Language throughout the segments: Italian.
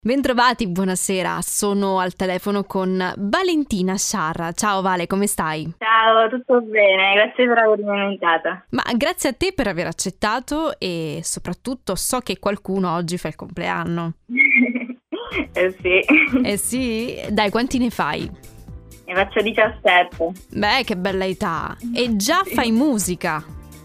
Bentrovati, buonasera, sono al telefono con Valentina Sciarra. Ciao Vale, come stai? Ciao, tutto bene, grazie per avermi invitata. Ma grazie a te per aver accettato e soprattutto so che qualcuno oggi fa il compleanno. Sì, Eh sì? Dai, quanti ne fai? ne faccio 17. Beh, che bella età! E già fai musica!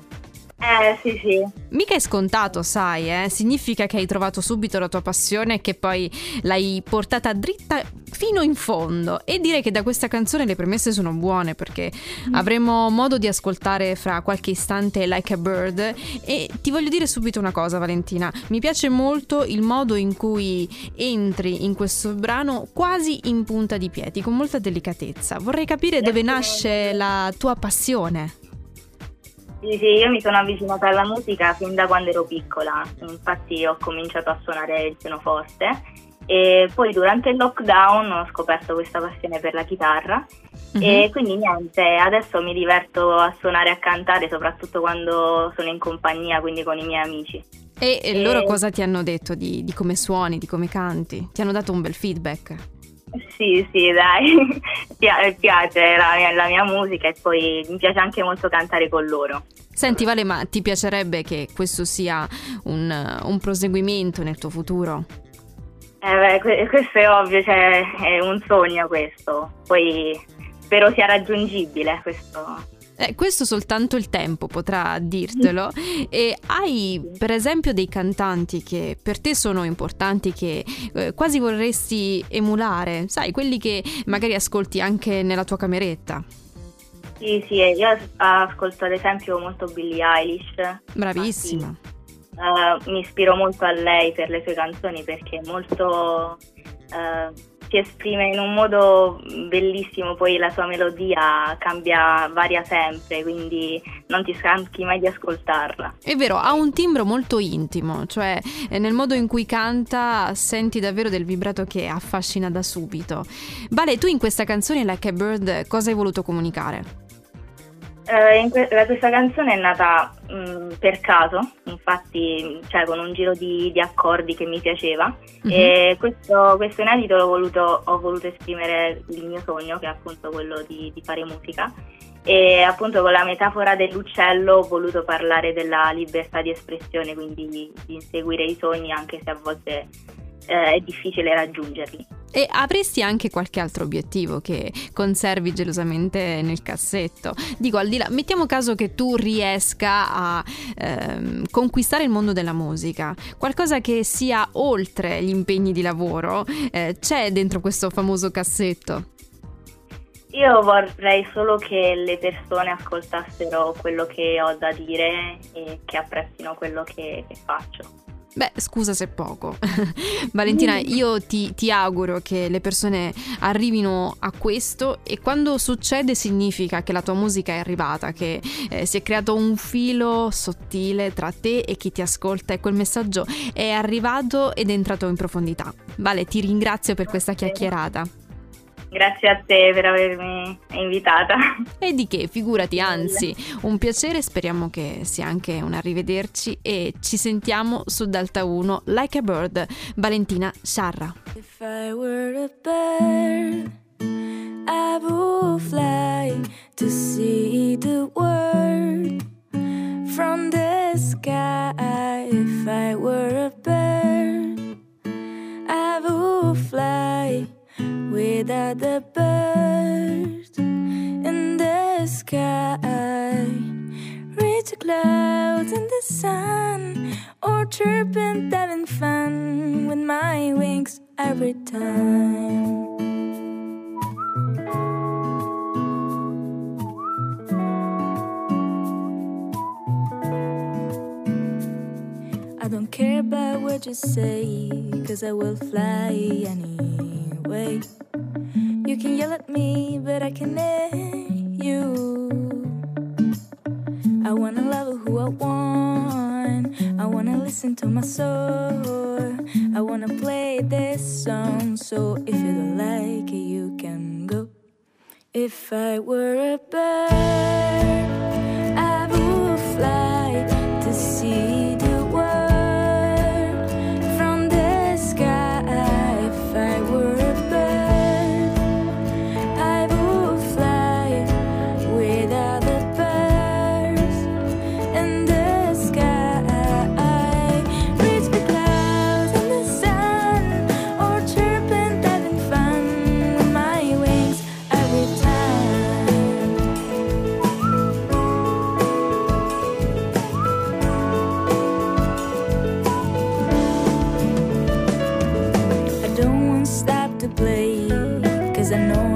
Sì. Mica è scontato, sai, significa che hai trovato subito la tua passione e che poi l'hai portata dritta fino in fondo. E direi che da questa canzone le premesse sono buone, perché avremo modo di ascoltare fra qualche istante Like a Bird. E ti voglio dire subito una cosa, Valentina, mi piace molto il modo in cui entri in questo brano quasi in punta di piedi, con molta delicatezza. Vorrei capire dove nasce la tua passione. Sì, io mi sono avvicinata alla musica fin da quando ero piccola, infatti ho cominciato a suonare il pianoforte e poi durante il lockdown ho scoperto questa passione per la chitarra e quindi niente, adesso mi diverto a suonare e a cantare soprattutto quando sono in compagnia, quindi con i miei amici. E loro cosa ti hanno detto di come suoni, di come canti? Ti hanno dato un bel feedback? Sì, dai, piace la mia musica e poi mi piace anche molto cantare con loro. Senti Vale, ma ti piacerebbe che questo sia un proseguimento nel tuo futuro? Questo è ovvio, cioè è un sogno questo, poi spero sia raggiungibile questo. Questo soltanto il tempo potrà dirtelo. E hai per esempio dei cantanti che per te sono importanti, che quasi vorresti emulare, sai, quelli che magari ascolti anche nella tua cameretta? Sì, io ascolto ad esempio molto Billie Eilish. Bravissima. Infatti, mi ispiro molto a lei per le sue canzoni perché è molto si esprime in un modo bellissimo, poi la sua melodia varia sempre, quindi non ti stanchi mai di ascoltarla. È vero, ha un timbro molto intimo, cioè nel modo in cui canta senti davvero del vibrato che affascina da subito. Vale, tu in questa canzone Like a Bird cosa hai voluto comunicare? Questa canzone è nata per caso, infatti, cioè con un giro di accordi che mi piaceva e questo inedito ho voluto esprimere il mio sogno, che è appunto quello di fare musica, e appunto con la metafora dell'uccello ho voluto parlare della libertà di espressione, quindi di inseguire i sogni anche se a volte è difficile raggiungerli. E avresti anche qualche altro obiettivo che conservi gelosamente nel cassetto? Dico, al di là, mettiamo caso che tu riesca a conquistare il mondo della musica, qualcosa che sia oltre gli impegni di lavoro, c'è dentro questo famoso cassetto? Io vorrei solo che le persone ascoltassero quello che ho da dire e che apprezzino quello che faccio. Beh, scusa se poco. Valentina, io ti auguro che le persone arrivino a questo, e quando succede significa che la tua musica è arrivata, che si è creato un filo sottile tra te e chi ti ascolta, e quel messaggio è arrivato ed è entrato in profondità. Vale, ti ringrazio per questa chiacchierata. Grazie a te per avermi invitata. E di che, figurati, anzi, un piacere, speriamo che sia anche un arrivederci e ci sentiamo su Delta 1, Like a Bird, Valentina Sciarra. If I were a bird, I would fly to see the world from the sky. If I were a bird, I would fly without the birds in the sky. Reach the clouds in the sun, or chirping, having fun with my wings every time. I don't care about what you say, 'cause I will fly anyway. You can yell at me, but I can hear you. I wanna love who I want, I wanna listen to my soul, I wanna play this song, so if you don't like it, you can go. If I were a bird, I would fly to see the world from the sky. play, 'cause I know